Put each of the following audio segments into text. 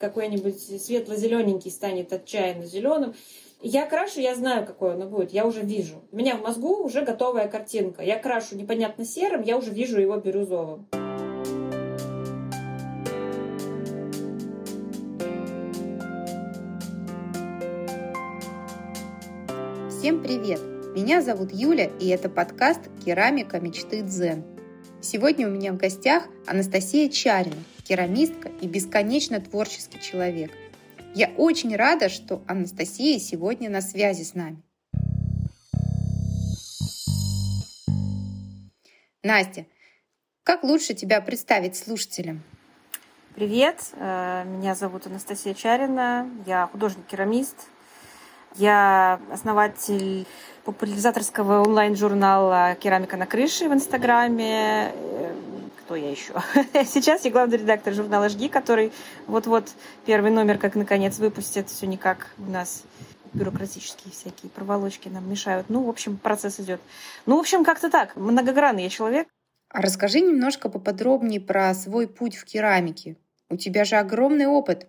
какой-нибудь светло-зелененький станет отчаянно зеленым. Я крашу, я знаю, какой оно будет, я уже вижу. У меня в мозгу уже готовая картинка. Я крашу непонятно серым, я уже вижу его бирюзовым. Всем привет! Меня зовут Юля, и это подкаст «Керамика мечты Дзен». Сегодня у меня в гостях Анастасия Чарина, керамистка и бесконечно творческий человек. Я очень рада, что Анастасия сегодня на связи с нами. Настя, как лучше тебя представить слушателям? Привет, меня зовут Анастасия Чарина, я художник-керамист. Я основатель популяризаторского онлайн-журнала «Керамика на крыше» в Инстаграме. Кто я еще? Сейчас я главный редактор журнала «Жги», который вот-вот первый номер как наконец выпустит. Все никак у нас бюрократические всякие проволочки нам мешают. В общем, процесс идет. Как-то так. Многогранный я человек. А расскажи немножко поподробнее про свой путь в керамике. У тебя же огромный опыт.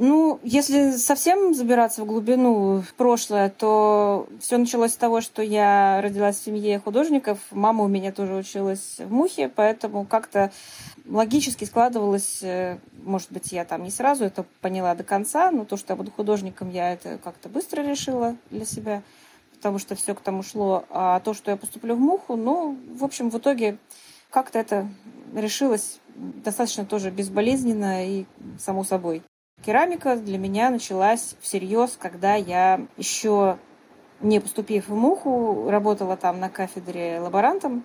Если совсем забираться в глубину, в прошлое, то все началось с того, что я родилась в семье художников. Мама у меня тоже училась в МУХе, поэтому как-то логически складывалось, может быть, я там не сразу это поняла до конца, но то, что я буду художником, я это как-то быстро решила для себя, потому что все к тому шло. А то, что я поступлю в МУХу, в итоге как-то это решилось достаточно тоже безболезненно и само собой. Керамика для меня началась всерьез, когда я еще не поступив в МУХу, работала там на кафедре лаборантом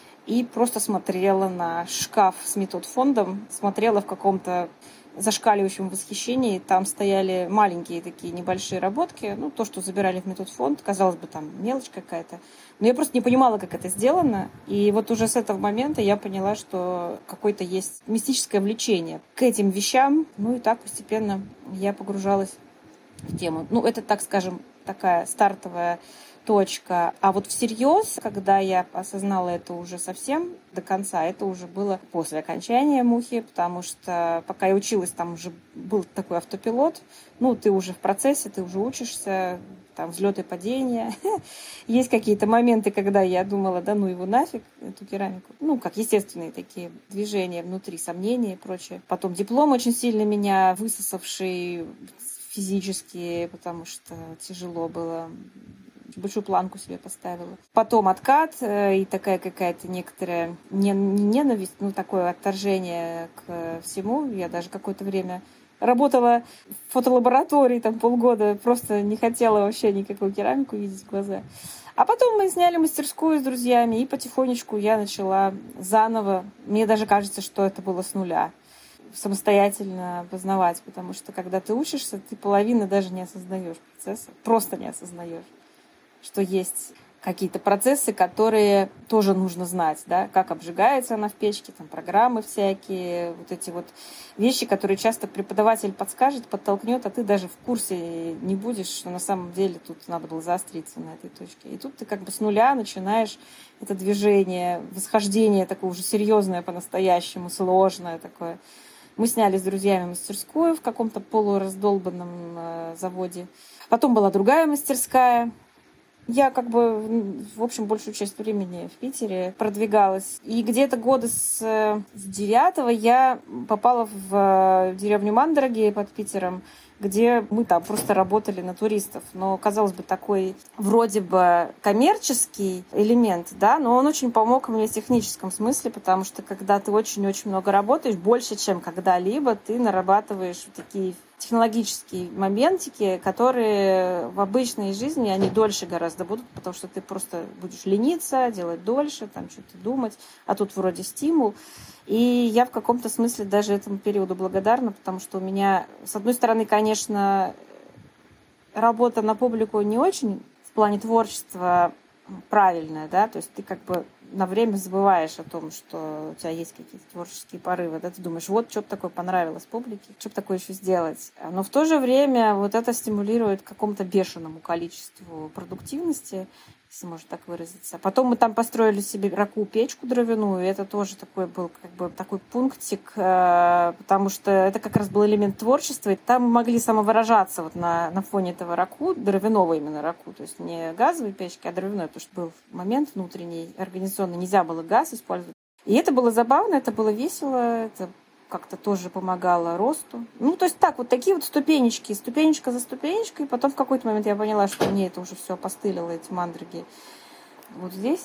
и просто смотрела на шкаф с методфондом, смотрела в каком-то зашкаливающем восхищении. Там стояли маленькие такие небольшие работки, то, что забирали в методфонд, казалось бы, там мелочь какая-то. Но я просто не понимала, как это сделано. И вот уже с этого момента я поняла, что какое-то есть мистическое влечение к этим вещам. И так постепенно я погружалась в тему. Это, так скажем, такая стартовая точка. А вот всерьез, когда я осознала это уже совсем до конца, это уже было после окончания МУХи, потому что пока я училась, там уже был такой автопилот. Ты уже в процессе, ты уже учишься, там взлеты и падения. Есть какие-то моменты, когда я думала, да его нафиг, эту керамику. Как естественные такие движения внутри, сомнения и прочее. Потом диплом очень сильно меня высосавший физически, потому что тяжело было. Большую планку себе поставила. Потом откат и такая какая-то некоторая не ненависть, такое отторжение к всему. Я даже какое-то время работала в фотолаборатории, полгода, просто не хотела вообще никакую керамику видеть в глаза. А потом мы сняли мастерскую с друзьями, и потихонечку я начала заново. Мне даже кажется, что это было с нуля. Самостоятельно познавать, потому что когда ты учишься, ты половину даже не осознаешь процесса, просто не осознаешь, что есть какие-то процессы, которые тоже нужно знать, да, как обжигается она в печке, программы всякие, вот эти вот вещи, которые часто преподаватель подскажет, подтолкнет, а ты даже в курсе не будешь, что на самом деле тут надо было заостриться на этой точке. И тут ты с нуля начинаешь это движение, восхождение такое уже серьезное по-настоящему, сложное такое. Мы сняли с друзьями мастерскую в каком-то полураздолбанном заводе. Потом была другая мастерская. Я в общем, большую часть времени в Питере продвигалась. И где-то года с 9-го я попала в деревню Мандороги под Питером, где мы там просто работали на туристов. Но, казалось бы, такой вроде бы коммерческий элемент, да, но он очень помог мне в техническом смысле, потому что когда ты очень-очень много работаешь, больше, чем когда-либо, ты нарабатываешь такие технологические моментики, которые в обычной жизни, они дольше гораздо будут, потому что ты просто будешь лениться, делать дольше, что-то думать, а тут вроде стимул. И я в каком-то смысле даже этому периоду благодарна, потому что у меня, с одной стороны, конечно, работа на публику не очень в плане творчества правильная, да, то есть ты на время забываешь о том, что у тебя есть какие-то творческие порывы, да, ты думаешь, вот что-то такое понравилось публике, что бы такое еще сделать. Но в то же время вот это стимулирует к какому-то бешеному количеству продуктивности, если можно так выразиться. Потом мы там построили себе раку-печку дровяную, и это тоже такой был как бы такой пунктик, потому что это как раз был элемент творчества, и там мы могли самовыражаться вот на фоне этого раку, дровяного именно раку, то есть не газовой печки, а дровяной, потому что был момент внутренний, организационный, нельзя было газ использовать. И это было забавно, это было весело, это как-то тоже помогало росту. Ну, то есть так, вот такие вот ступенечки, ступенечка за ступенечкой. Потом в какой-то момент я поняла, что мне это уже все опостылило, эти мандраги. Вот здесь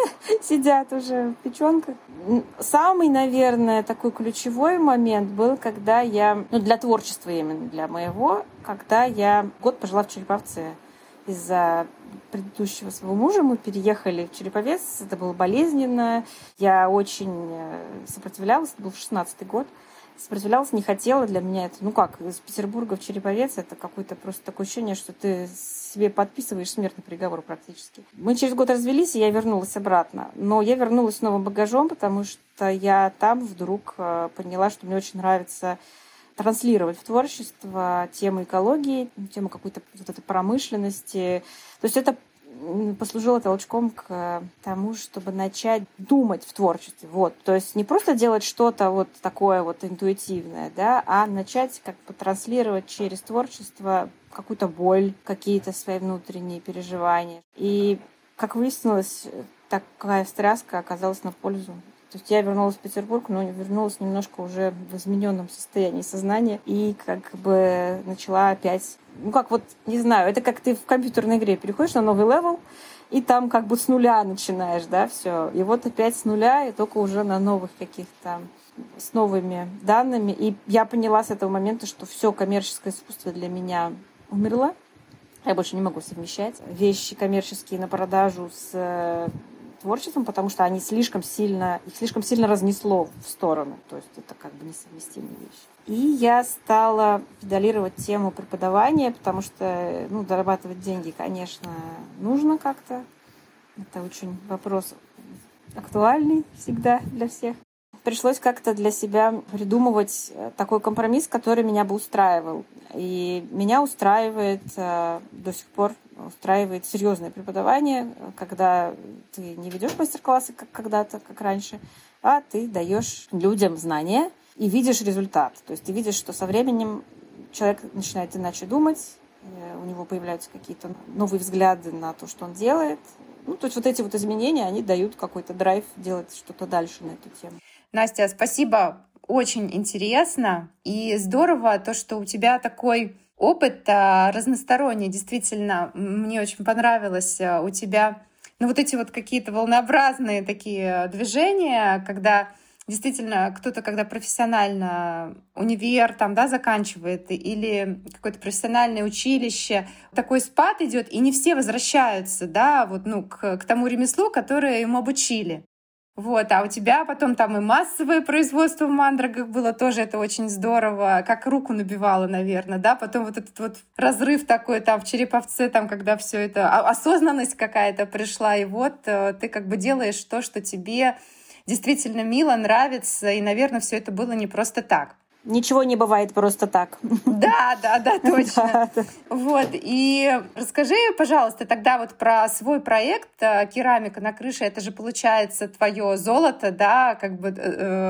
сидят уже в печенках. Самый, наверное, такой ключевой момент был, когда я, ну, для творчества именно, для моего, когда я год пожила в Череповце. Из-за предыдущего своего мужа мы переехали в Череповец. Это было болезненно. Я очень сопротивлялась. Это был 16-й год. Сопротивлялась, не хотела. Для меня это, ну как, из Петербурга в Череповец это какое-то просто такое ощущение, что ты себе подписываешь смертный приговор практически. Мы через год развелись, и я вернулась обратно. Но я вернулась с новым багажом, потому что я там вдруг поняла, что мне очень нравится транслировать в творчество тему экологии, тему какой-то вот этой промышленности. То есть это послужило толчком к тому, чтобы начать думать в творчестве. Вот. То есть не просто делать что-то вот такое вот интуитивное, да, а начать как бы транслировать через творчество какую-то боль, какие-то свои внутренние переживания. И, как выяснилось, такая встряска оказалась на пользу. То есть я вернулась в Петербург, но вернулась немножко уже в измененном состоянии сознания и как бы начала опять, ну как вот, не знаю, это как ты в компьютерной игре переходишь на новый левел, и там как бы с нуля начинаешь, да, все. И вот опять с нуля, и только уже на новых каких-то, с новыми данными. И я поняла с этого момента, что все коммерческое искусство для меня умерло. Я больше не могу совмещать вещи коммерческие на продажу с творчеством, потому что их слишком сильно разнесло в сторону. То есть это как бы несовместимые вещи. И я стала педалировать тему преподавания, потому что, ну, зарабатывать деньги, конечно, нужно как-то. Это очень вопрос актуальный всегда для всех. Пришлось как-то для себя придумывать такой компромисс, который меня бы устраивал. И меня устраивает до сих пор серьезное преподавание, когда ты не ведешь мастер-классы, как когда-то, как раньше, а ты даешь людям знания и видишь результат. То есть ты видишь, что со временем человек начинает иначе думать, у него появляются какие-то новые взгляды на то, что он делает. Ну, то есть вот эти вот изменения, они дают какой-то драйв делать что-то дальше на эту тему. Настя, спасибо. Очень интересно и здорово то, что у тебя такой опыт разносторонний. Действительно, мне очень понравилось у тебя, ну, вот эти вот какие-то волнообразные такие движения, когда действительно кто-то, когда профессионально универ там, да, заканчивает или какое-то профессиональное училище, такой спад идет, и не все возвращаются, да, вот, ну, к тому ремеслу, которое им обучили. Вот, а у тебя потом там и массовое производство в мандрагах было тоже, это очень здорово, как руку набивало, наверное, да, потом вот этот вот разрыв такой там в Череповце, там, когда все это, осознанность какая-то пришла, и вот ты как бы делаешь то, что тебе действительно мило, нравится, и, наверное, все это было не просто так. Ничего не бывает просто так. Да, точно. Вот, и расскажи, пожалуйста, тогда вот про свой проект «Керамика на крыше». Это же, получается, твое золото, да, как бы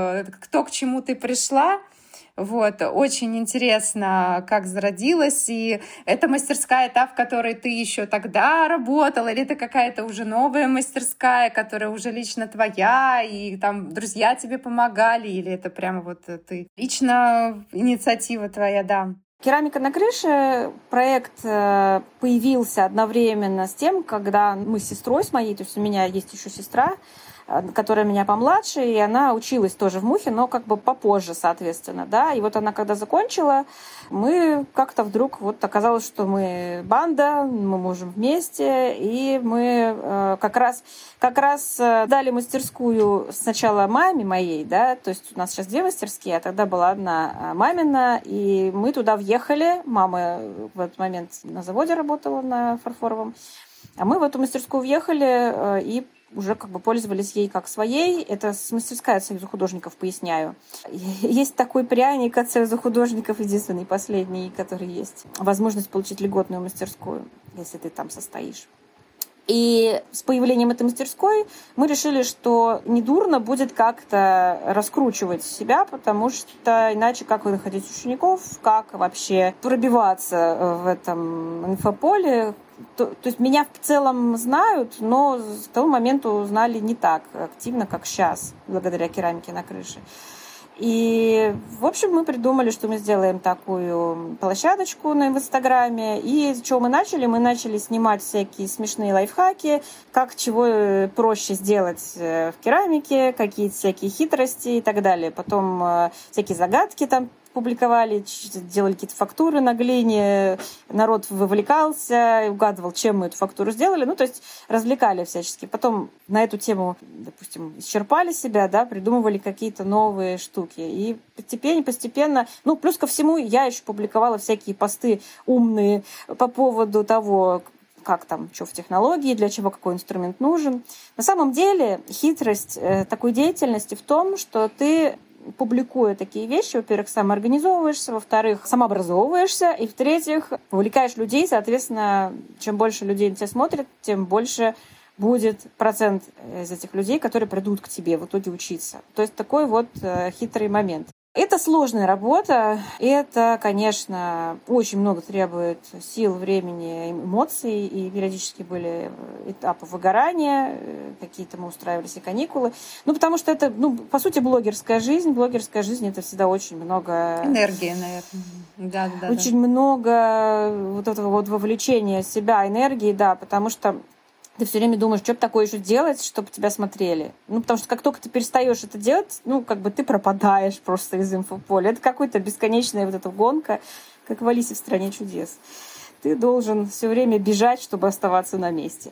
кто к чему ты пришла. Вот, очень интересно, как зародилась, и это мастерская та, в которой ты еще тогда работала, или это какая-то уже новая мастерская, которая уже лично твоя, и там друзья тебе помогали, или это прямо вот ты лично инициатива твоя, да? «Керамика на крыше» проект появился одновременно с тем, когда мы с сестрой с моей, то есть у меня есть еще сестра, которая меня помладше, и она училась тоже в МУХе, но как бы попозже, соответственно, да. И вот она когда закончила, мы как-то вдруг вот оказалось, что мы банда, мы можем вместе, и мы как раз дали мастерскую сначала маме моей, да, то есть у нас сейчас 2 мастерские, а тогда была одна мамина, и мы туда въехали. Мама в этот момент на заводе работала на фарфоровом, а мы в эту мастерскую въехали и уже как бы пользовались ей как своей. Это мастерская от Союза художников, поясняю. Есть такой пряник от Союза художников, единственный, последний, который есть. Возможность получить льготную мастерскую, если ты там состоишь. И с появлением этой мастерской мы решили, что недурно будет как-то раскручивать себя, потому что иначе как находить учеников, как вообще пробиваться в этом инфополе. То есть меня в целом знают, но к тому моменту знали не так активно, как сейчас, благодаря керамике на крыше. И, в общем, мы придумали, что мы сделаем такую площадочку в Инстаграме. И с чего мы начали? Мы начали снимать всякие смешные лайфхаки, как чего проще сделать в керамике, какие-то всякие хитрости и так далее. Потом всякие загадки там публиковали, делали какие-то фактуры на глине, народ вовлекался, угадывал, чем мы эту фактуру сделали, то есть развлекали всячески. Потом на эту тему, допустим, исчерпали себя, да, придумывали какие-то новые штуки. И постепенно, плюс ко всему, я еще публиковала всякие посты умные по поводу того, как там, что в технологии, для чего какой инструмент нужен. На самом деле хитрость такой деятельности в том, что ты, публикуя такие вещи, во-первых, самоорганизовываешься, во-вторых, самообразовываешься, и, в-третьих, вовлекаешь людей, соответственно, чем больше людей на тебя смотрят, тем больше будет процент из этих людей, которые придут к тебе в итоге учиться. То есть такой вот хитрый момент. Это сложная работа, это, конечно, очень много требует сил, времени, эмоций, и периодически были этапы выгорания, какие-то мы устраивали себе каникулы. Потому что это, по сути, блогерская жизнь. Блогерская жизнь — это всегда очень много... Энергии, наверное. Да. Очень много вот этого вот вовлечения себя, энергии, да, потому что ты все время думаешь, что бы такое еще делать, чтобы тебя смотрели. Потому что как только ты перестаешь это делать, ты пропадаешь просто из инфополя. Это какая-то бесконечная вот эта гонка, как в «Алисе в стране чудес». Ты должен все время бежать, чтобы оставаться на месте.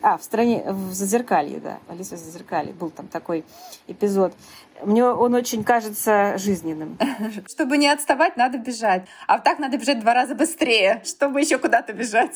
В Зазеркалье, да, «Алиса в Зазеркалье». Был там такой эпизод. Мне он очень кажется жизненным. Чтобы не отставать, надо бежать. А так надо бежать 2 раза быстрее, чтобы еще куда-то бежать.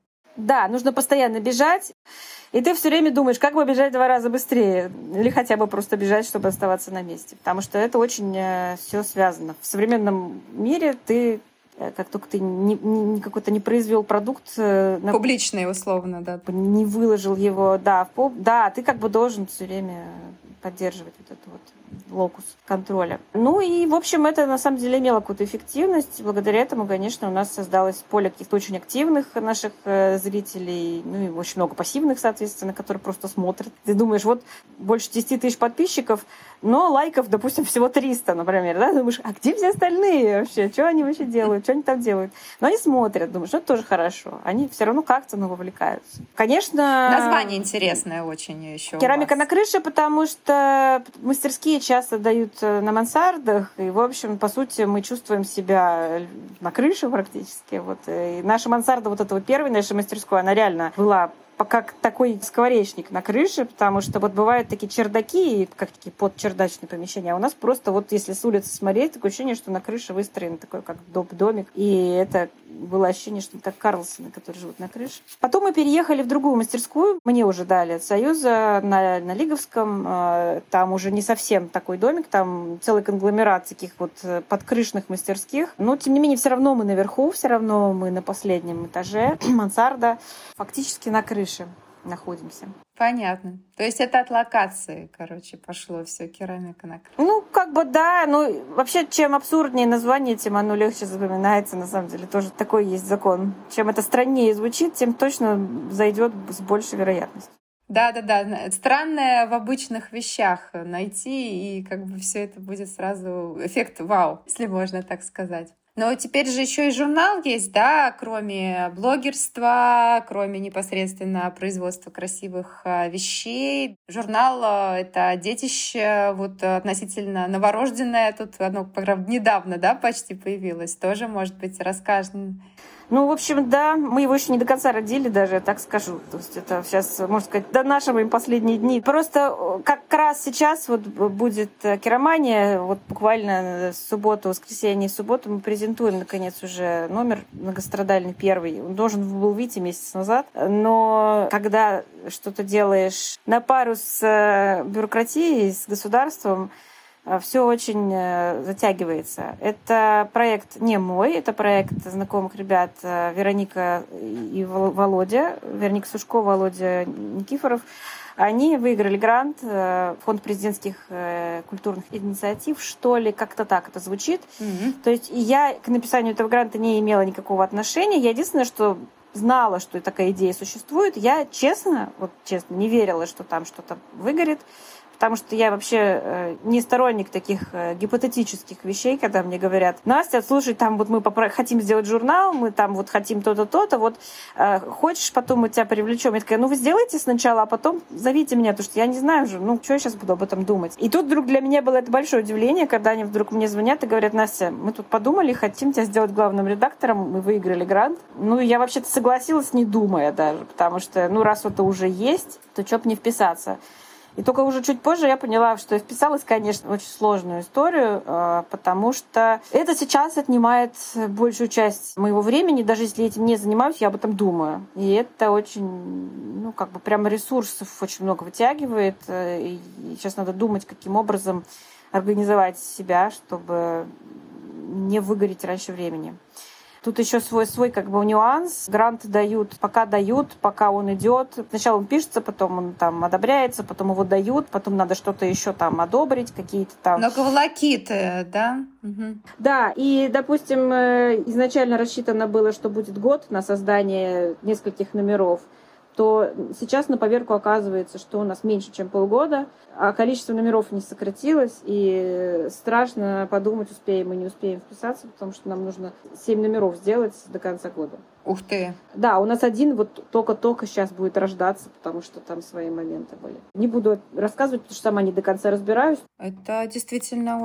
Да, нужно постоянно бежать. И ты все время думаешь, как бы бежать 2 раза быстрее, или хотя бы просто бежать, чтобы оставаться на месте. Потому что это очень все связано. В современном мире ты, как только ты какой-то не произвел продукт... Публичный, условно, да. Не выложил его, да, ты как бы должен все время поддерживать вот этот вот локус контроля. И, в общем, это на самом деле имело какую-то эффективность. Благодаря этому, конечно, у нас создалось поле каких-то очень активных наших зрителей, и очень много пассивных, соответственно, которые просто смотрят. Ты думаешь, вот больше 10 тысяч подписчиков, но лайков, допустим, всего 300, например, да? Думаешь, а где все остальные вообще? Что они вообще делают? Что они там делают? Но они смотрят, думаешь, это тоже хорошо. Они все равно как-то вовлекаются. Конечно... Название интересное очень еще. Керамика на крыше, потому что мастерские часто дают на мансардах, и, в общем, по сути, мы чувствуем себя на крыше практически. Вот. И наша мансарда, вот этого первой нашей мастерской, она реально была как такой скворечник на крыше, потому что вот бывают такие чердаки, как такие подчердачные помещения, а у нас просто вот если с улицы смотреть, такое ощущение, что на крыше выстроен такой как домик, и это было ощущение, что как Карлсоны, которые живут на крыше. Потом мы переехали в другую мастерскую, мне уже дали от Союза на Лиговском, там уже не совсем такой домик, там целый конгломерат таких вот подкрышных мастерских, но тем не менее все равно мы наверху, все равно мы на последнем этаже, мансарда, фактически на крыше находимся. Понятно. То есть это от локации, пошло все керамика на крыше. Да. Вообще, чем абсурднее название, тем оно легче запоминается. На самом деле, тоже такой есть закон. Чем это страннее звучит, тем точно зайдет с большей вероятностью. Да. Странное в обычных вещах найти, и все это будет сразу эффект вау, если можно так сказать. Но теперь же еще и журнал есть, да, кроме блогерства, кроме непосредственно производства красивых вещей. Журнал — это детище, вот относительно новорожденное, тут оно, правда, недавно, да, почти появилось. Тоже, может быть, расскажем. В общем, да, мы его еще не до конца родили даже, я так скажу. То есть это сейчас, можно сказать, донашиваем последние дни. Просто как раз сейчас вот будет керамания, вот буквально в субботу, воскресенье и субботу мы презентуем, наконец, уже номер многострадальный первый. Он должен был выйти месяц назад, но когда что-то делаешь на пару с бюрократией, с государством, все очень затягивается. Это проект не мой, это проект знакомых ребят Вероника и Володя, Вероника Сушко, Володя Никифоров. Они выиграли грант Фонд президентских культурных инициатив, что ли, как-то так это звучит. То есть я к написанию этого гранта не имела никакого отношения. Я единственное, что знала, что такая идея существует. Я честно не верила, что там что-то выгорит. Потому что я вообще не сторонник таких гипотетических вещей, когда мне говорят: Настя, слушай, там мы хотим сделать журнал, мы там хотим то-то, то-то, хочешь, потом мы тебя привлечем. Я такая: вы сделайте сначала, а потом зовите меня, потому что я не знаю уже, что я сейчас буду об этом думать. И тут вдруг для меня было это большое удивление, когда они вдруг мне звонят и говорят: Настя, мы тут подумали, хотим тебя сделать главным редактором, мы выиграли грант. Я вообще-то согласилась, не думая даже, потому что, раз это уже есть, то чё б не вписаться. И только уже чуть позже я поняла, что я вписалась, конечно, в очень сложную историю, потому что это сейчас отнимает большую часть моего времени. Даже если я этим не занимаюсь, я об этом думаю. И это очень, прямо ресурсов очень много вытягивает. И сейчас надо думать, каким образом организовать себя, чтобы не выгореть раньше времени. Тут еще свой нюанс. Гранты дают, пока он идет. Сначала он пишется, потом он там одобряется, потом его дают, потом надо что-то еще там одобрить, какие-то там... Много волокиты, да? Угу. Да, и, допустим, изначально рассчитано было, что будет год на создание нескольких номеров, то сейчас на поверку оказывается, что у нас меньше, чем полгода, а количество номеров не сократилось, и страшно подумать, успеем мы, не успеем вписаться, потому что нам нужно 7 номеров сделать до конца года. Ух ты! Да, у нас один только-только сейчас будет рождаться, потому что там свои моменты были. Не буду рассказывать, потому что сама не до конца разбираюсь. Это действительно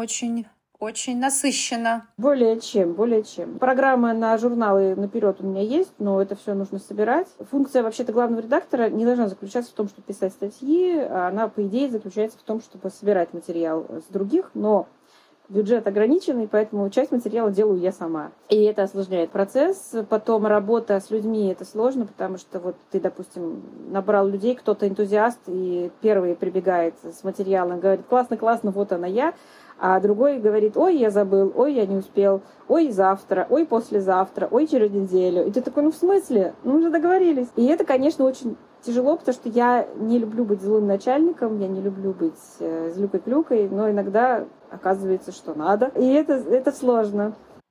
очень насыщенно. Более чем. Программа на журналы наперед у меня есть, но это все нужно собирать. Функция вообще-то главного редактора не должна заключаться в том, чтобы писать статьи. Она, по идее, заключается в том, чтобы собирать материал с других, но бюджет ограниченный, поэтому часть материала делаю я сама. И это осложняет процесс. Потом работа с людьми — это сложно, потому что ты, допустим, набрал людей, кто-то энтузиаст, и первый прибегает с материалом, говорит: классно, вот она я. А другой говорит: ой, я забыл, ой, я не успел, ой, завтра, ой, послезавтра, ой, через неделю. И ты такой: в смысле? Мы уже договорились. И это, конечно, очень тяжело, потому что я не люблю быть злым начальником, я не люблю быть злюкой-клюкой, но иногда оказывается, что надо. И это сложно.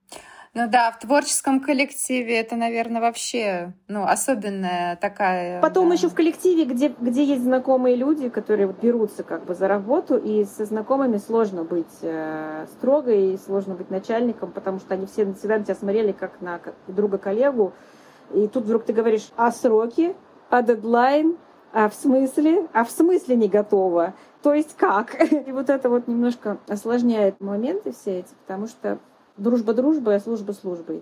Ну да, в творческом коллективе это, наверное, вообще особенная такая... Потом да. еще в коллективе, где есть знакомые люди, которые берутся за работу, и со знакомыми сложно быть строгой, и сложно быть начальником, потому что они все всегда на тебя смотрели как на друга-коллегу. И тут вдруг ты говоришь: а сроки, а дедлайн, а в смысле не готово? То есть как? И это немножко осложняет моменты все эти, потому что дружба дружбой, а служба службой.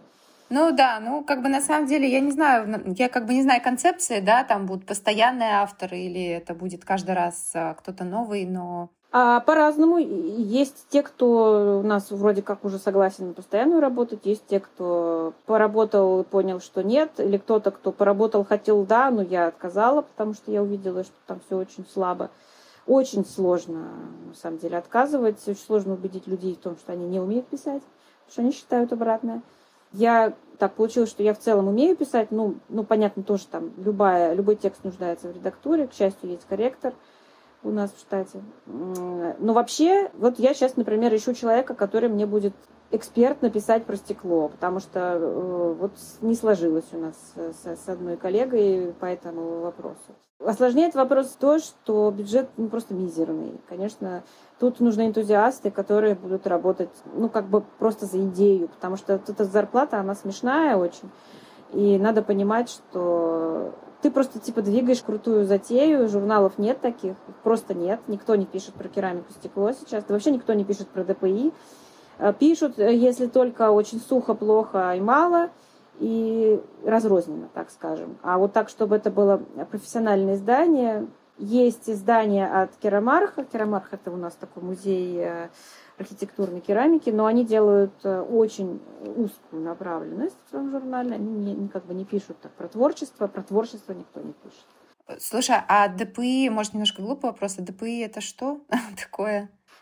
На самом деле, я не знаю, не знаю концепции, да, там будут постоянные авторы или это будет каждый раз кто-то новый, но... По-разному. Есть те, кто у нас вроде как уже согласен на постоянную работу, есть те, кто поработал и понял, что нет, или кто-то, кто поработал, хотел, да, но я отказала, потому что я увидела, что там все очень слабо. Очень сложно, на самом деле, отказывать, очень сложно убедить людей в том, что они не умеют писать, потому что они считают обратное. Я так получилось, что я в целом умею писать, понятно, тоже там любой текст нуждается в редактуре, к счастью, есть корректор у нас в штате. Но вообще, я сейчас, например, ищу человека, который мне будет экспертно писать про стекло, потому что не сложилось у нас с одной коллегой по этому вопросу. Осложняет вопрос то, что бюджет просто мизерный. Конечно, тут нужны энтузиасты, которые будут работать, просто за идею, потому что эта зарплата, она смешная очень. И надо понимать, что ты просто двигаешь крутую затею, журналов нет таких, их просто нет. Никто не пишет про керамику, стекло сейчас, да вообще никто не пишет про ДПИ. Пишут, если только очень сухо, плохо и мало, и разрозненно, так скажем. А так, чтобы это было профессиональное издание, есть издание от Керамарха. Керамарх — это у нас такой музей архитектурной керамики, но они делают очень узкую направленность в своем журнале. Они не пишут так про творчество никто не пишет. Слушай, а ДПИ, может, немножко глупый вопрос, а ДПИ — это что такое?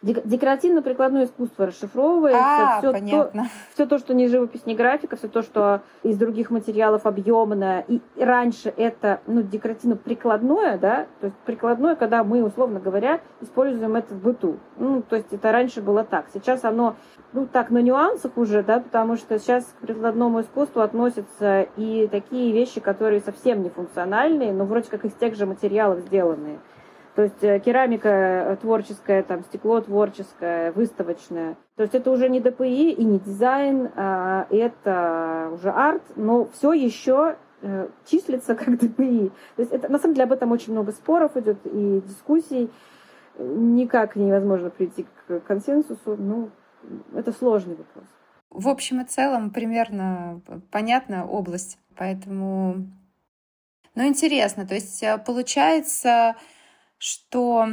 Декоративно-прикладное искусство расшифровывается. Понятно. Все то, что не живопись, не графика, все то, что из других материалов объемно. И раньше это декоративно-прикладное, да, то есть прикладное, когда мы, условно говоря, используем это в быту. То есть это раньше было так. Сейчас оно, так на нюансах уже, да, потому что сейчас к прикладному искусству относятся и такие вещи, которые совсем не функциональные, но вроде как из тех же материалов сделанные. То есть керамика творческая, там, стекло творческое, выставочное. То есть это уже не ДПИ и не дизайн, это уже арт, но все еще числится как ДПИ. То есть это, на самом деле об этом очень много споров идет и дискуссий. Никак невозможно прийти к консенсусу. Это сложный вопрос. В общем и целом примерно понятна область. Поэтому, интересно. То есть получается, что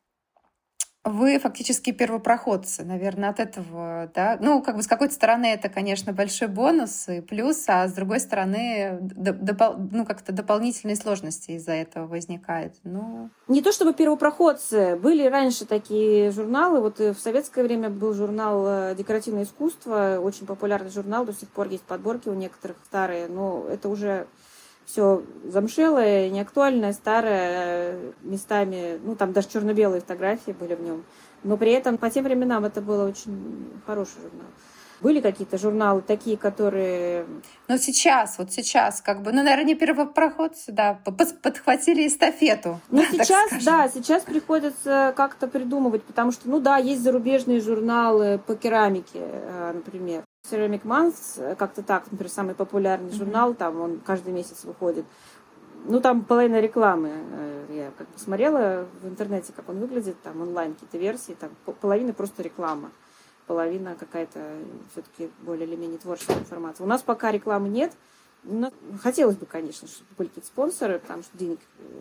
вы фактически первопроходцы, наверное, от этого, да? С какой-то стороны это, конечно, большой бонус и плюс, а с другой стороны, как-то дополнительные сложности из-за этого возникают. Не то чтобы первопроходцы. Были раньше такие журналы. Вот в советское время был журнал «Декоративное искусство», очень популярный журнал, до сих пор есть подборки у некоторых старые, но это уже все замшелое, неактуальное, старое, местами, там даже черно-белые фотографии были в нем. Но при этом по тем временам это был очень хороший журнал. Были какие-то журналы такие, которые... сейчас, наверное, не первопроходцы, да, подхватили эстафету. Сейчас приходится как-то придумывать, потому что, есть зарубежные журналы по керамике, например. Ceramic Months, как-то так, например, самый популярный журнал, там он каждый месяц выходит. Там половина рекламы. Я посмотрела в интернете, как он выглядит, там онлайн какие-то версии, там половина просто реклама, половина какая-то все-таки более или менее творческая информация. У нас пока рекламы нет, но хотелось бы, конечно, чтобы были какие-то спонсоры, потому что денег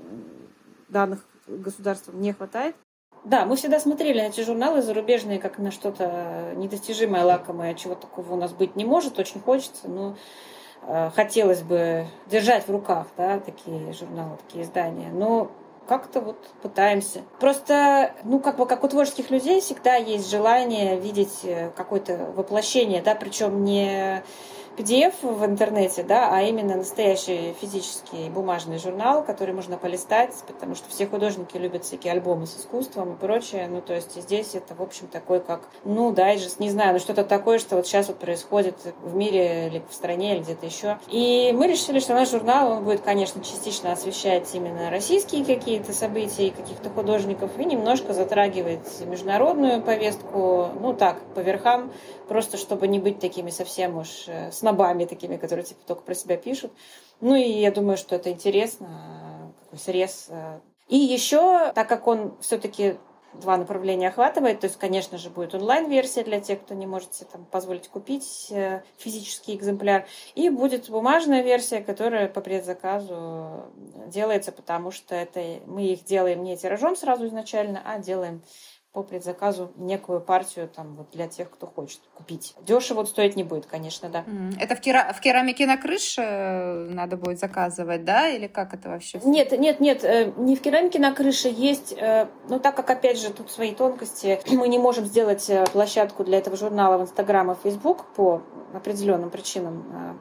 данных государством не хватает. Да, мы всегда смотрели на эти журналы зарубежные как на что-то недостижимое, лакомое, чего такого у нас быть не может, очень хочется, но хотелось бы держать в руках, да, такие журналы, такие издания, но как-то пытаемся. Просто, как у творческих людей всегда есть желание видеть какое-то воплощение, да, причем не PDF в интернете, да, а именно настоящий физический бумажный журнал, который можно полистать, потому что все художники любят всякие альбомы с искусством и прочее. То есть здесь это, в общем, такой как, дайджест, не знаю, что-то такое, что сейчас происходит в мире или в стране, или где-то еще. И мы решили, что наш журнал, он будет, конечно, частично освещать именно российские какие-то события и каких-то художников, и немножко затрагивать международную повестку, так, по верхам, просто чтобы не быть такими совсем уж снобами такими, которые только про себя пишут. И я думаю, что это интересно, какой срез. И еще, так как он все-таки два направления охватывает, то есть, конечно же, будет онлайн-версия для тех, кто не может себе позволить купить физический экземпляр, и будет бумажная версия, которая по предзаказу делается, потому что мы их делаем не тиражом сразу изначально, а делаем по предзаказу некую партию для тех, кто хочет купить. Дешево стоить не будет, конечно, да. Это в керамике на крыше надо будет заказывать, да? Или как это вообще? Нет, не в керамике на крыше есть, так как, опять же, тут свои тонкости, мы не можем сделать площадку для этого журнала в Инстаграм и Фейсбук по определенным причинам.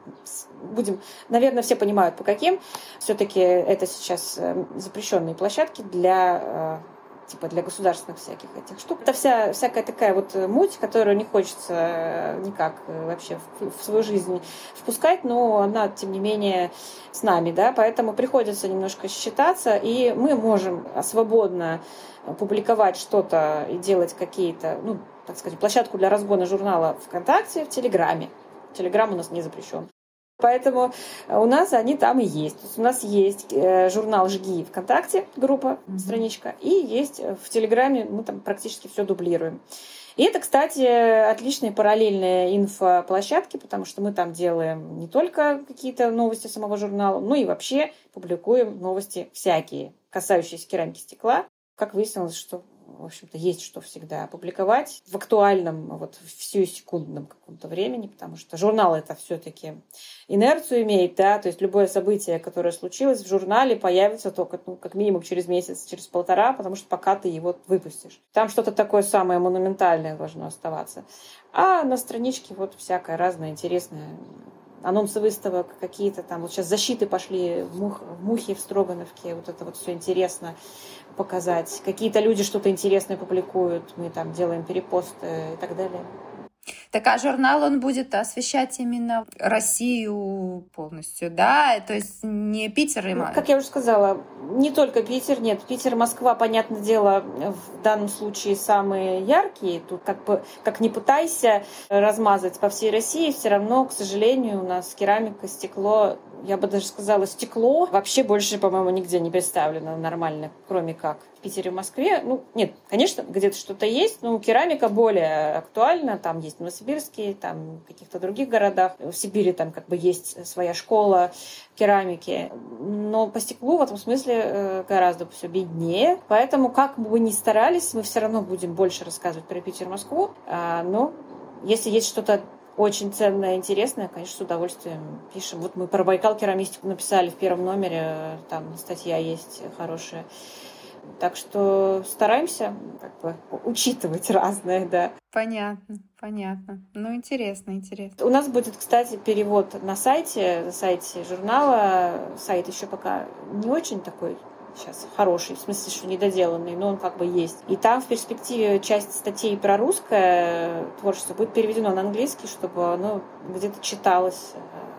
Наверное, все понимают, по каким. Все-таки это сейчас запрещенные площадки для государственных всяких этих штук. Это всякая такая муть, которую не хочется никак вообще в свою жизнь впускать, но она, тем не менее, с нами, да, поэтому приходится немножко считаться, и мы можем свободно публиковать что-то и делать какие-то, площадку для разгона журнала ВКонтакте, в Телеграме. Телеграм у нас не запрещен. Поэтому у нас они там и есть. То есть у нас есть журнал «Жги» ВКонтакте, группа, страничка, и есть в Телеграме, мы там практически все дублируем. И это, кстати, отличные параллельные инфоплощадки, потому что мы там делаем не только какие-то новости самого журнала, но и вообще публикуем новости всякие, касающиеся керамики, стекла. Как выяснилось, что в общем-то, есть что всегда опубликовать в актуальном, вот в сиюсекундном каком-то времени, потому что журнал это все-таки инерцию имеет, да, то есть любое событие, которое случилось в журнале, появится только, как минимум через месяц, через полтора, потому что пока ты его выпустишь. Там что-то такое самое монументальное должно оставаться. А на страничке вот всякое разное интересное. Анонсы выставок какие-то там. Вот сейчас защиты пошли в Мухе, в Строгановке. Вот это вот все интересно показать. Какие-то люди что-то интересное публикуют. Мы там делаем перепосты и так далее. Так, а журнал, он будет освещать именно Россию полностью, да? То есть не Питер и Как я уже сказала, не только Питер, нет. Питер, Москва, понятное дело, в данном случае самые яркие. Тут как ни пытайся размазать по всей России, все равно, к сожалению, у нас керамика, стекло, я бы даже сказала, стекло вообще больше, по-моему, нигде не представлено нормально, кроме как в Питере, в Москве. Ну, нет, конечно, где-то что-то есть, но керамика более актуальна. Там есть в Новосибирске, там в каких-то других городах. В Сибири там как бы есть своя школа керамики. Но по стеклу в этом смысле гораздо все беднее. Поэтому, как бы мы ни старались, мы все равно будем больше рассказывать про Питер, Москву. Но если есть что-то очень ценное, интересное, конечно, с удовольствием пишем. Вот мы про Байкал керамистику написали в первом номере, там статья есть хорошая. Так что стараемся как бы учитывать разное, да. Понятно, понятно. Ну, интересно. У нас будет, кстати, перевод на сайте журнала. Сайт еще пока не очень такой сейчас хороший, в смысле, что недоделанный, но он как бы есть. И там в перспективе часть статей про русское творчество будет переведено на английский, чтобы оно где-то читалось,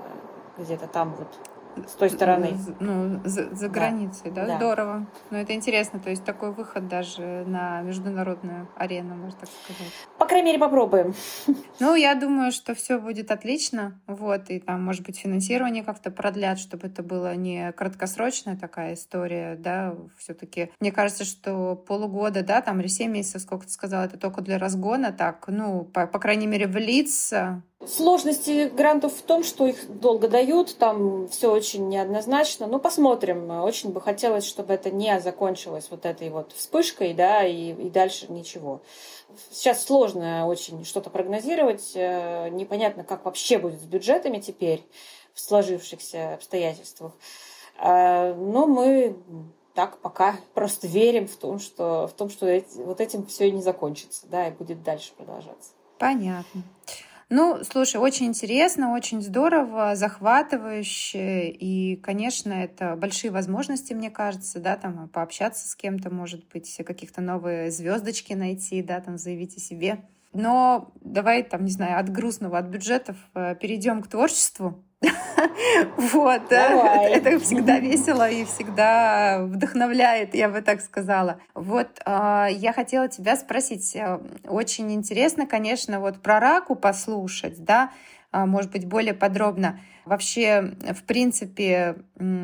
где-то там вот с той стороны. Ну, за границей, да? Да. Здорово. Но это интересно, то есть такой выход даже на международную арену, можно так сказать. По крайней мере, попробуем. Ну, я думаю, что все будет отлично. Вот, и там, может быть, финансирование как-то продлят, чтобы это было не краткосрочная такая история, да, все-таки. Мне кажется, что полугода, да, там, или 7 месяцев, сколько ты сказала, это только для разгона, так, ну, по крайней мере, влиться. Сложности грантов в том, что их долго дают, там все очень неоднозначно. Ну, посмотрим. Очень бы хотелось, чтобы это не закончилось вот этой вот вспышкой, да, и дальше ничего. Сейчас сложно очень что-то прогнозировать. Непонятно, как вообще будет с бюджетами теперь в сложившихся обстоятельствах. Но мы так пока просто верим в том, что вот этим все и не закончится, да, и будет дальше продолжаться. Понятно. Ну, слушай, очень интересно, очень здорово, захватывающе. И, конечно, это большие возможности, мне кажется, да, там пообщаться с кем-то, может быть, каких-то новые звездочки найти, да, там заявить о себе. Но давай, там, не знаю, от грустного, от бюджетов перейдем к творчеству. Вот, это всегда весело и всегда вдохновляет, я бы так сказала. Вот, я хотела тебя спросить, очень интересно, конечно, вот про раку послушать, да, может быть, более подробно. Вообще, в принципе,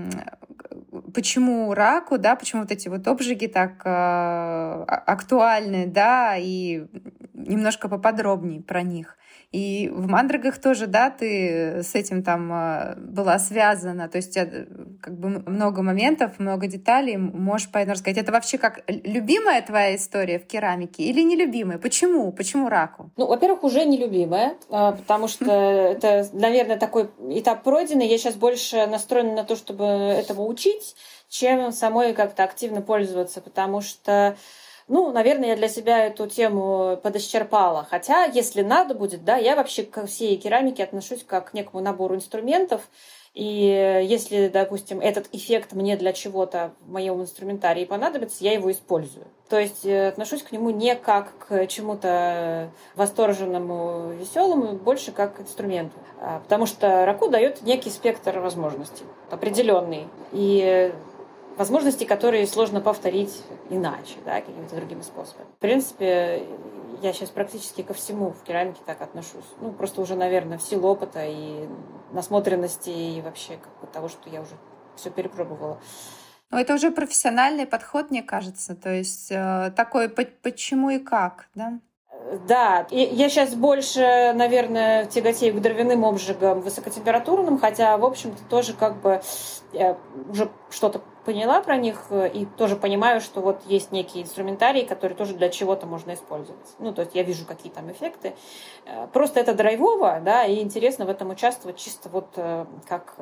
почему раку, да, почему вот эти вот обжиги так актуальны, да, и немножко поподробнее про них. И в «Мандрагах» тоже, да, ты с этим там была связана, то есть как бы много моментов, много деталей, можешь поэтому рассказать. Это вообще как любимая твоя история в керамике или нелюбимая? Почему? Почему раку? Ну, во-первых, уже нелюбимая, потому что это, наверное, такой этап пройденный. Я сейчас больше настроена на то, чтобы этому учить, чем самой как-то активно пользоваться, потому что ну, наверное, я для себя эту тему подисчерпала. Хотя, если надо будет, да, я вообще ко всей керамике отношусь как к некому набору инструментов. И если, допустим, этот эффект мне для чего-то в моем инструментарии понадобится, я его использую. То есть отношусь к нему не как к чему-то восторженному, веселому, больше как к инструменту. Потому что раку дает некий спектр возможностей, определенный. И возможности, которые сложно повторить иначе, да, какими-то другими способами. В принципе, я сейчас практически ко всему в керамике так отношусь. Ну, просто уже, наверное, в силу опыта и насмотренности, и вообще как бы того, что я уже все перепробовала. Ну, это уже профессиональный подход, мне кажется. То есть такой почему и как, да? Да, и я сейчас больше, наверное, тяготею к дровяным обжигам высокотемпературным, хотя, в общем-то, тоже как бы уже что-то поняла про них и тоже понимаю, что вот есть некие инструментарии, которые тоже для чего-то можно использовать. Ну, то есть я вижу, какие там эффекты. Просто это драйвово, да, и интересно в этом участвовать чисто вот как...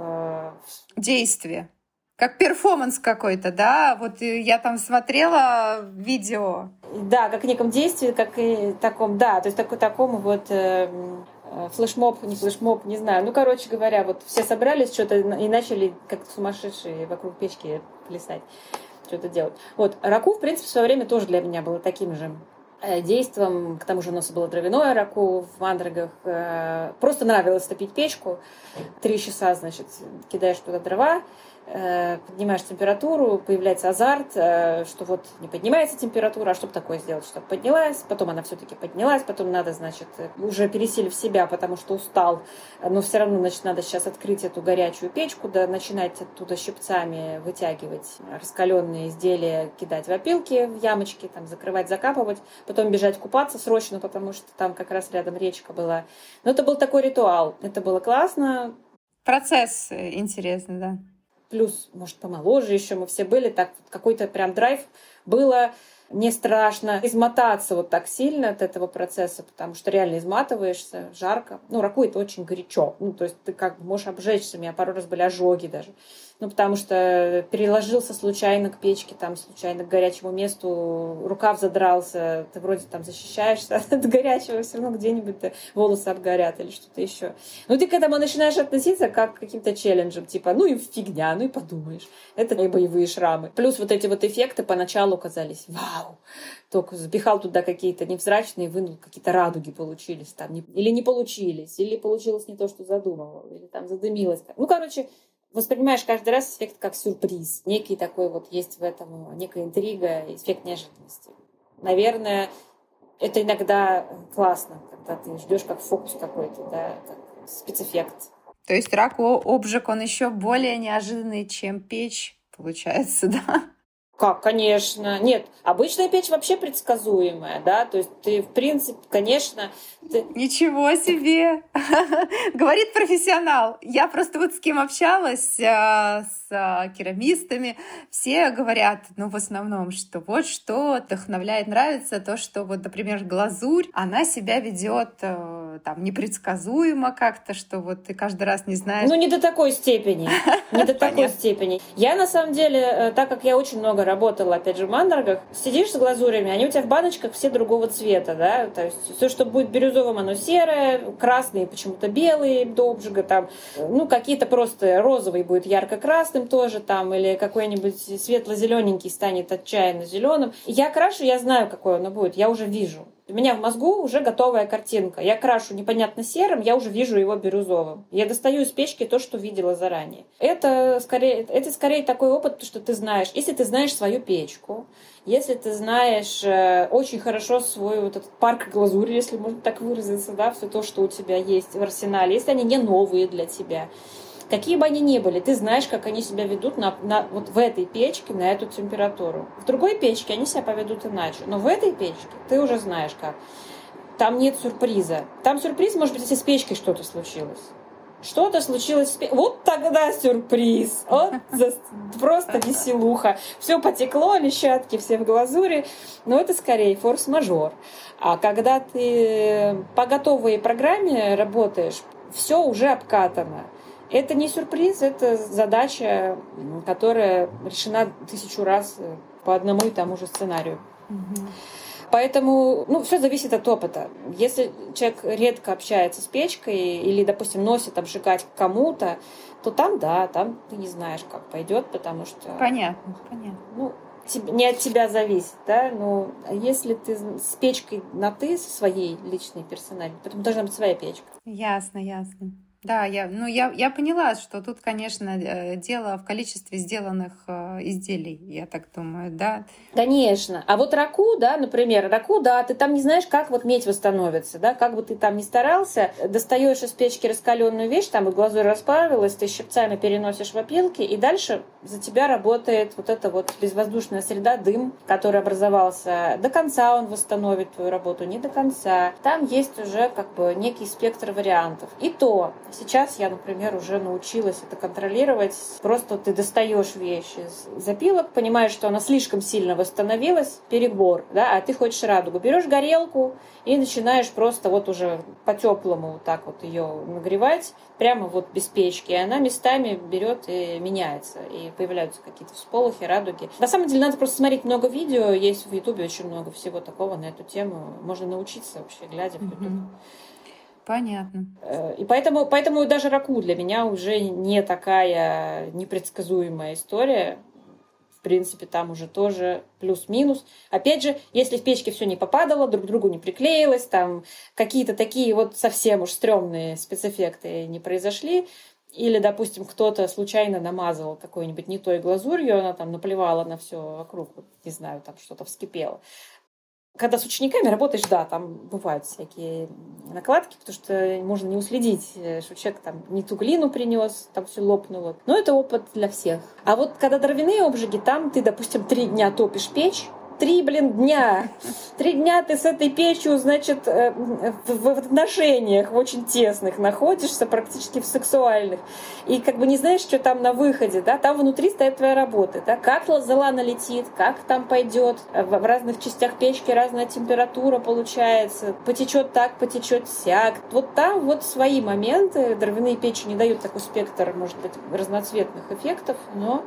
Действие. Как перформанс какой-то, да? Вот я там смотрела видео. Да, как в неком действии, как и таком, да, то есть такому вот флешмоб, не флешмоб, не знаю. Ну, короче говоря, вот все собрались что-то и начали как сумасшедшие вокруг печки плясать, что-то делать. Вот, раку, в принципе, в свое время тоже для меня было таким же действием. К тому же у нас было дровяное раку в Мандрагах. Просто нравилось топить печку. 3 часа, значит, кидаешь туда дрова, поднимаешь температуру, появляется азарт, что вот не поднимается температура, а что бы такое сделать, чтобы поднялась, потом она все-таки поднялась, потом надо, значит, уже пересилив себя, потому что устал, но все равно, значит, надо сейчас открыть эту горячую печку, да, начинать оттуда щипцами вытягивать раскаленные изделия, кидать в опилки, в ямочки, там, закрывать, закапывать, потом бежать купаться срочно, потому что там как раз рядом речка была. Но это был такой ритуал, это было классно. Процесс интересный, да. Плюс, может, помоложе еще мы все были, так какой-то прям драйв было, не страшно измотаться вот так сильно от этого процесса, потому что реально изматываешься, жарко. Ну, раку это очень горячо, ну, то есть ты как бы можешь обжечься, у меня пару раз были ожоги даже. Ну, потому что переложился случайно к печке, там, случайно к горячему месту, рукав задрался, ты вроде там защищаешься от горячего, все равно где-нибудь волосы обгорят или что-то еще. Ну, ты к этому начинаешь относиться как к каким-то челленджам, типа, ну и фигня, ну и подумаешь. Это и боевые шрамы. Плюс вот эти вот эффекты поначалу казались, вау, только запихал туда какие-то невзрачные, вынул, какие-то радуги получились там, или не получились, или получилось не то, что задумывал, или там задымилось. Ну, короче, воспринимаешь каждый раз эффект как сюрприз. Некий такой вот есть в этом, некая интрига, эффект неожиданности. Наверное, это иногда классно, когда ты ждешь как фокус какой-то, да, как спецэффект. То есть рак-обжиг, он еще более неожиданный, чем печь, получается, да? Как, конечно. Нет, обычная печь вообще предсказуемая, да, то есть ты, в принципе, конечно... Ничего себе! Говорит профессионал. Я просто вот с кем общалась, с керамистами, все говорят, ну, в основном, что вот что вдохновляет, нравится то, что вот, например, глазурь, она себя ведет там непредсказуемо как-то, что вот ты каждый раз не знаешь... Ну, не до такой степени. Не до такой степени. Я, на самом деле, так как я очень много работала, опять же, в Мандрагах, сидишь с глазурями, они у тебя в баночках все другого цвета, да, то есть все, что будет бирюзовым, оно серое, красные почему-то белые до обжига, там, ну, какие-то просто розовый будет ярко-красным тоже, там, или какой-нибудь светло-зелененький станет отчаянно зеленым. Я крашу, я знаю, какое оно будет, я уже вижу. У меня в мозгу уже готовая картинка. Я крашу непонятно серым, я уже вижу его бирюзовым. Я достаю из печки то, что видела заранее. Это скорее такой опыт, что ты знаешь. Если ты знаешь свою печку, если ты знаешь очень хорошо свой вот этот парк глазури, если можно так выразиться, да, все то, что у тебя есть в арсенале, если они не новые для тебя, какие бы они ни были, ты знаешь, как они себя ведут вот в этой печке на эту температуру. В другой печке они себя поведут иначе. Но в этой печке ты уже знаешь как. Там нет сюрприза. Там сюрприз, может быть, если с печкой что-то случилось. Что-то случилось с печкой. Вот тогда сюрприз. Вот просто веселуха. Все потекло, лещатки все в глазури. Но это скорее форс-мажор. А когда ты по готовой программе работаешь, все уже обкатано. Это не сюрприз, это задача, которая решена 1000 раз по одному и тому же сценарию. Угу. Поэтому, все зависит от опыта. Если человек редко общается с печкой или, допустим, носит обжигать кому-то, то там ты не знаешь, как пойдет, потому что... Понятно. Не от тебя зависит, да, но если ты с печкой на «ты», со своей личной, персональной, поэтому должна быть своя печка. Ясно. Да, я поняла, что тут, конечно, дело в количестве сделанных изделий, я так думаю, да. Конечно. А вот раку, да, например, ты там не знаешь, как вот медь восстановится, да, как бы ты там ни старался, достаешь из печки раскаленную вещь, там и глазурь расплавилась, ты щипцами переносишь в опилки, и дальше за тебя работает вот эта вот безвоздушная среда, дым, который образовался. До конца он восстановит твою работу, не до конца. Там есть уже как бы некий спектр вариантов. И то Сейчас я, например, уже научилась это контролировать. Просто ты достаешь вещь из запилок, понимаешь, что она слишком сильно восстановилась, перебор, да, а ты хочешь радугу. Берешь горелку и начинаешь просто вот уже по-теплому вот так вот ее нагревать, прямо вот без печки. И она местами берет и меняется. И появляются какие-то всполохи, радуги. На самом деле надо просто смотреть много видео. Есть в Ютубе очень много всего такого на эту тему. Можно научиться вообще, глядя в Ютуб. Понятно. И поэтому даже раку для меня уже не такая непредсказуемая история. В принципе, там уже тоже плюс-минус. Опять же, если в печке все не попадало, друг к другу не приклеилось, там какие-то такие вот совсем уж стрёмные спецэффекты не произошли, или, допустим, кто-то случайно намазал какой-нибудь не той глазурью, она там наплевала на все вокруг, вот, не знаю, там что-то вскипело. Когда с учениками работаешь, да, там бывают всякие накладки, потому что можно не уследить, что человек там не ту глину принес, там все лопнуло. Но это опыт для всех. А вот когда дровяные обжиги, там ты, допустим, 3 дня топишь печь, 3, дня. 3 дня ты с этой печью, значит, в отношениях очень тесных находишься, практически в сексуальных. И как бы не знаешь, что там на выходе, да, там внутри стоит твоя работа, да, как зола налетит, как там пойдет, в разных частях печки разная температура получается, потечет так, потечет сяк. Вот там вот свои моменты. Дровяные печи не дают такой спектр, может быть, разноцветных эффектов, но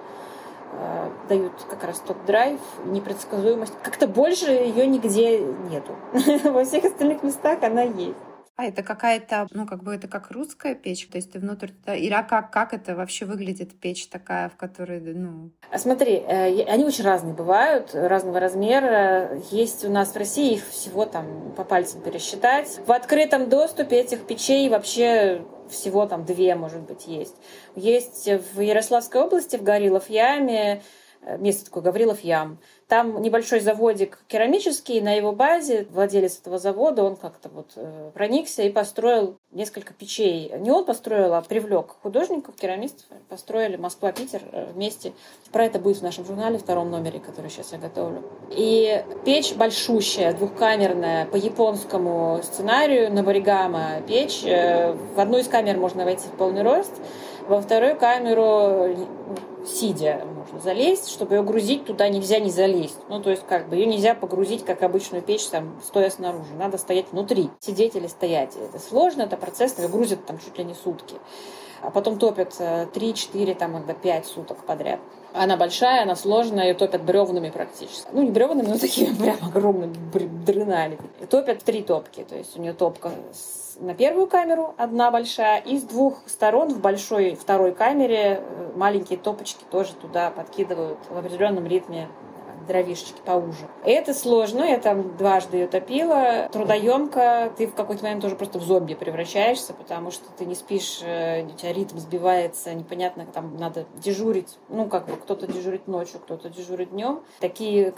дают как раз тот драйв, непредсказуемость. Как-то больше ее нигде нету. Во всех остальных местах она есть. А это какая-то, это как русская печь? То есть ты внутрь... Или как это вообще выглядит, печь такая, в которой, Смотри, они очень разные бывают, разного размера. Есть у нас в России их всего там по пальцам пересчитать. В открытом доступе этих печей вообще всего там 2, может быть, есть. Есть в Ярославской области, в Гаврилов яме, место такое, Гаврилов ям. Там небольшой заводик керамический, на его базе владелец этого завода, он как-то вот проникся и построил несколько печей. Не он построил, а привлек художников, керамистов. Построили Москва-Питер вместе. Про это будет в нашем журнале, 2 номере, который сейчас я готовлю. И печь большущая, двухкамерная, по японскому сценарию, наборигама печь. В одну из камер можно войти в полный рост, во вторую камеру сидя можно залезть, чтобы ее грузить туда нельзя не залезть. То есть ее нельзя погрузить, как обычную печь, там, стоя снаружи. Надо стоять внутри, сидеть или стоять. Это сложно, это процесс, ее грузят там чуть ли не сутки. А потом топят 3, 4, там, иногда 5 суток подряд. Она большая, она сложная, ее топят бревнами практически. Не бревнами, но такими прям огромными дрынами. И топят 3 топки, то есть у нее топка на первую камеру одна большая, и с 2 сторон в большой второй камере маленькие топочки тоже туда подкидывают в определенном ритме дровишечки поуже. Это сложно, я там 2 ее топила, трудоемко, ты в какой-то момент тоже просто в зомби превращаешься, потому что ты не спишь, у тебя ритм сбивается, непонятно, там надо дежурить, кто-то дежурит ночью, кто-то дежурит днем. Такие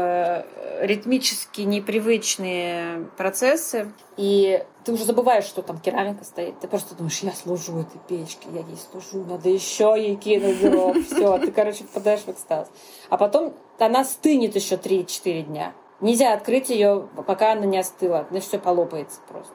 ритмически непривычные процессы, и ты уже забываешь, что там керамика стоит. Ты просто думаешь, я служу этой печке, я ей служу, надо еще ей кинуть дров. Все, ты, впадаешь в экстаз. А потом она стынет еще 3-4 дня. Нельзя открыть ее, пока она не остыла. Она все полопается просто.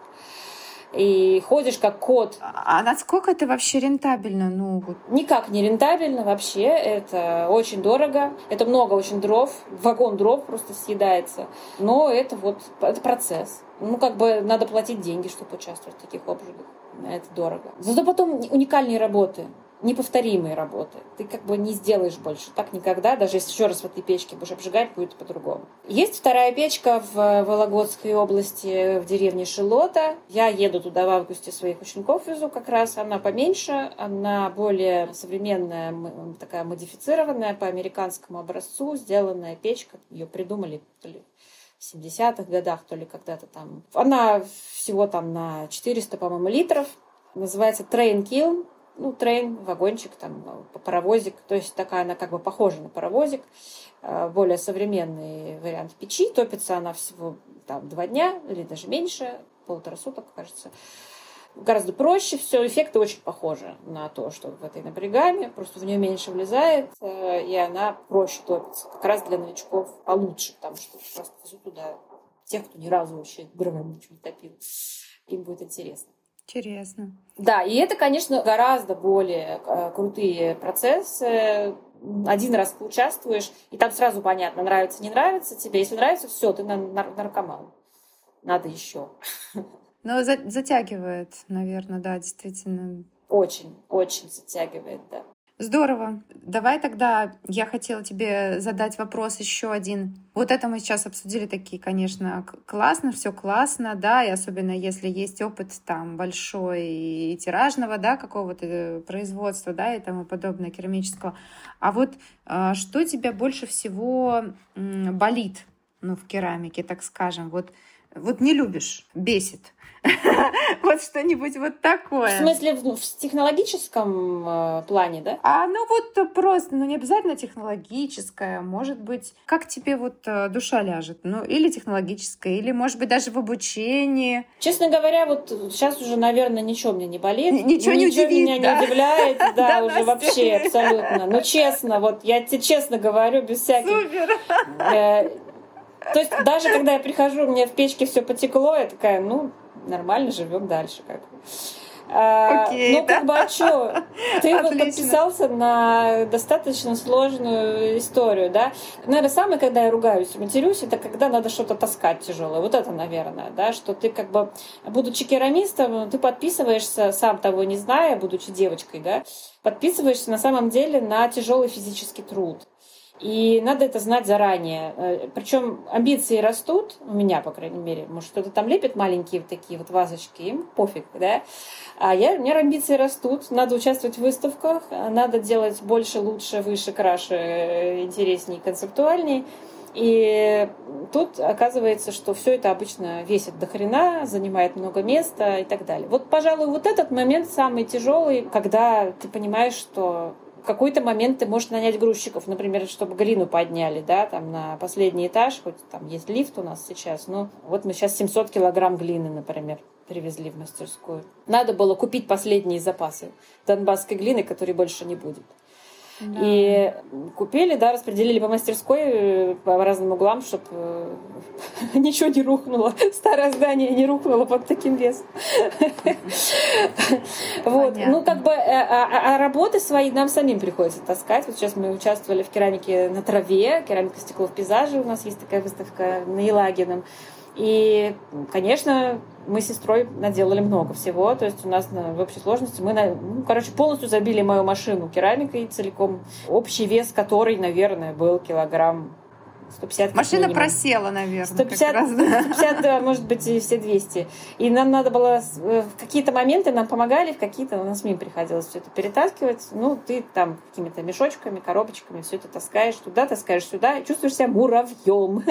И ходишь как кот. А насколько это вообще рентабельно? Никак не рентабельно вообще. Это очень дорого. Это много очень дров. Вагон дров просто съедается. Но это процесс. Надо платить деньги, чтобы участвовать в таких обжигах. Это дорого. Зато потом уникальные работы. Неповторимые работы. Ты не сделаешь больше. Так никогда, даже если еще раз в этой печке будешь обжигать, будет по-другому. Есть вторая печка в Вологодской области, в деревне Шилота. Я еду туда в августе, своих учеников везу как раз. Она поменьше, она более современная, такая модифицированная, по американскому образцу сделанная печка. Ее придумали то ли в 70-х годах, то ли когда-то там. Она всего там на 400, по-моему, литров. Называется Train Kiln. Трейн, вагончик, там, паровозик. То есть такая она похожа на паровозик. Более современный вариант печи. Топится она всего 2 дня или даже меньше, 1,5 суток, кажется. Гораздо проще все. Эффекты очень похожи на то, что в этой наборигаме. Просто в нее меньше влезает, и она проще топится. Как раз для новичков получше, потому что просто везу туда тех, кто ни разу вообще дровами ничего не топил. Им будет интересно. Интересно. Да, и это, конечно, гораздо более крутые процессы. Один раз поучаствуешь, и там сразу понятно, нравится, не нравится тебе. Если нравится, все, ты наркоман. Надо еще. Но затягивает, наверное, да, действительно. Очень, очень затягивает, да. Здорово. Давай тогда я хотела тебе задать вопрос еще один. Вот это мы сейчас обсудили такие, конечно, классно, все классно, да, и особенно если есть опыт там большой и тиражного, да, какого-то производства, да, и тому подобное, керамического. А вот что тебя больше всего болит, ну, в керамике, так скажем, вот не любишь, бесит? Вот что-нибудь вот такое. В смысле, в технологическом плане, да? Ну вот просто, ну не обязательно технологическое, может быть, как тебе вот душа ляжет, ну или технологическое, или может быть даже в обучении. Честно говоря, вот сейчас уже, наверное, ничего мне не болит. Ничего не удивит, меня не удивляет, да, уже вообще абсолютно. Ну честно, вот я тебе честно говорю, без всяких... Супер! То есть даже когда я прихожу, у меня в печке все потекло, я такая, ну, нормально, живем дальше. Как бы. Окей, ну, как бы, а что? Ты вот подписался на достаточно сложную историю, да? Наверное, самое, когда я ругаюсь и матерюсь, это когда надо что-то таскать тяжелое. Вот это, наверное, да, что ты как бы, будучи керамистом, ты подписываешься, сам того не зная, будучи девочкой, да, подписываешься на самом деле на тяжелый физический труд. И надо это знать заранее. Причем амбиции растут, у меня, по крайней мере, может, кто-то там лепит маленькие вот такие вот вазочки, им пофиг, да. У меня амбиции растут, надо участвовать в выставках, надо делать больше, лучше, выше, краше, интереснее, концептуальнее. И тут оказывается, что все это обычно весит до хрена, занимает много места и так далее. Вот, пожалуй, вот этот момент самый тяжелый, когда ты понимаешь, что в какой-то момент ты можешь нанять грузчиков, например, чтобы глину подняли, да, там на последний этаж, хоть там есть лифт у нас сейчас, но вот мы сейчас 700 килограмм глины, например, привезли в мастерскую. Надо было купить последние запасы донбасской глины, которой больше не будет. Да. И купили, да, распределили по мастерской, по разным углам, чтобы ничего не рухнуло, старое здание не рухнуло под таким весом. Вот. Ну, как бы, а работы свои нам самим приходится таскать. Вот сейчас мы участвовали в керамике на траве, керамика, стекло в пейзаже, у нас есть такая выставка на Елагином. И, конечно, мы с сестрой наделали много всего. То есть у нас в общей сложности мы, полностью забили мою машину керамикой целиком. Общий вес которой, наверное, был килограмм 150. Машина просела, наверное. 150, может быть, и все 200. И нам надо было... В какие-то моменты нам помогали, в какие-то нам самим приходилось все это перетаскивать. Ну, ты там какими-то мешочками, коробочками все это таскаешь туда, таскаешь сюда, и чувствуешь себя муравьем.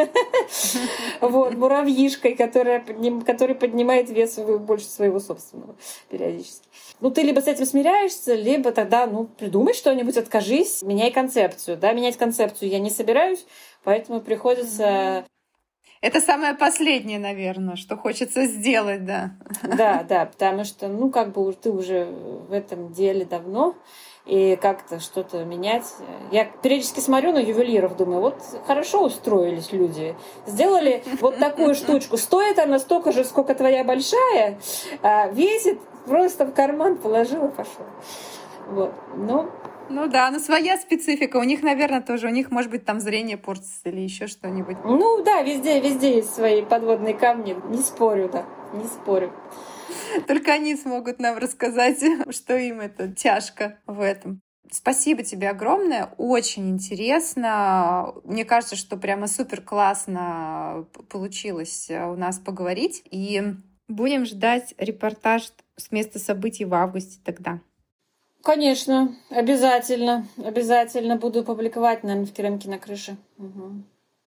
Вот, муравьишкой, который поднимает вес больше своего собственного периодически. Ну, ты либо с этим смиряешься, либо тогда, придумай что-нибудь, откажись, меняй концепцию. Да, менять концепцию я не собираюсь, поэтому приходится... Это самое последнее, наверное, что хочется сделать, да. Да, потому что, ты уже в этом деле давно, и как-то что-то менять. Я периодически смотрю на ювелиров, думаю, вот хорошо устроились люди. Сделали вот такую штучку. Стоит она столько же, сколько твоя большая, весит, просто в карман положил и пошел. Вот, Ну да, но своя специфика. У них, наверное, тоже. У них, может быть, там зрение портится или еще что-нибудь. Ну да, везде есть свои подводные камни. Не спорю, да, не спорю. Только они смогут нам рассказать, что им это тяжко в этом. Спасибо тебе огромное, очень интересно. Мне кажется, что прямо супер классно получилось у нас поговорить. И будем ждать репортаж с места событий в августе тогда. Конечно, обязательно. Обязательно буду публиковать, наверное, в «Керамике на крыше». Угу.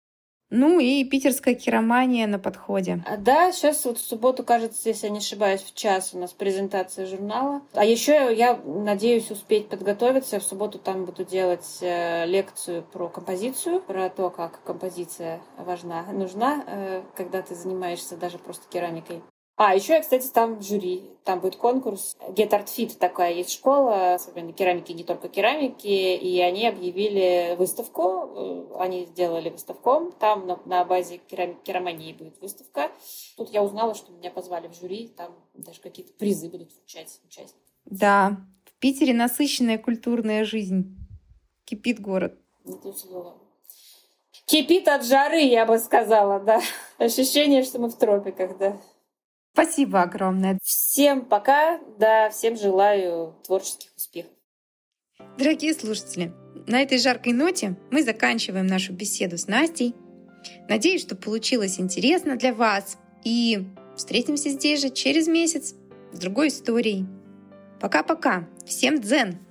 Ну и питерская керамания на подходе. Да, сейчас вот в субботу, кажется, если я не ошибаюсь, в час у нас презентация журнала. А еще я надеюсь успеть подготовиться. В субботу там буду делать лекцию про композицию, про то, как композиция нужна, когда ты занимаешься даже просто керамикой. Еще я, кстати, там в жюри. Там будет конкурс. Get Art Fit такая есть школа, особенно керамики, не только керамики, и они объявили выставку. Они сделали выставком. Там на базе керамании будет выставка. Тут я узнала, что меня позвали в жюри. Там даже какие-то призы будут вручать участникам. Да, в Питере насыщенная культурная жизнь. Кипит город. Не то слово. Кипит от жары, я бы сказала, да. Ощущение, что мы в тропиках, да. Спасибо огромное. Всем пока, да, всем желаю творческих успехов. Дорогие слушатели, на этой жаркой ноте мы заканчиваем нашу беседу с Настей. Надеюсь, что получилось интересно для вас. И встретимся здесь же через месяц с другой историей. Пока-пока. Всем дзен!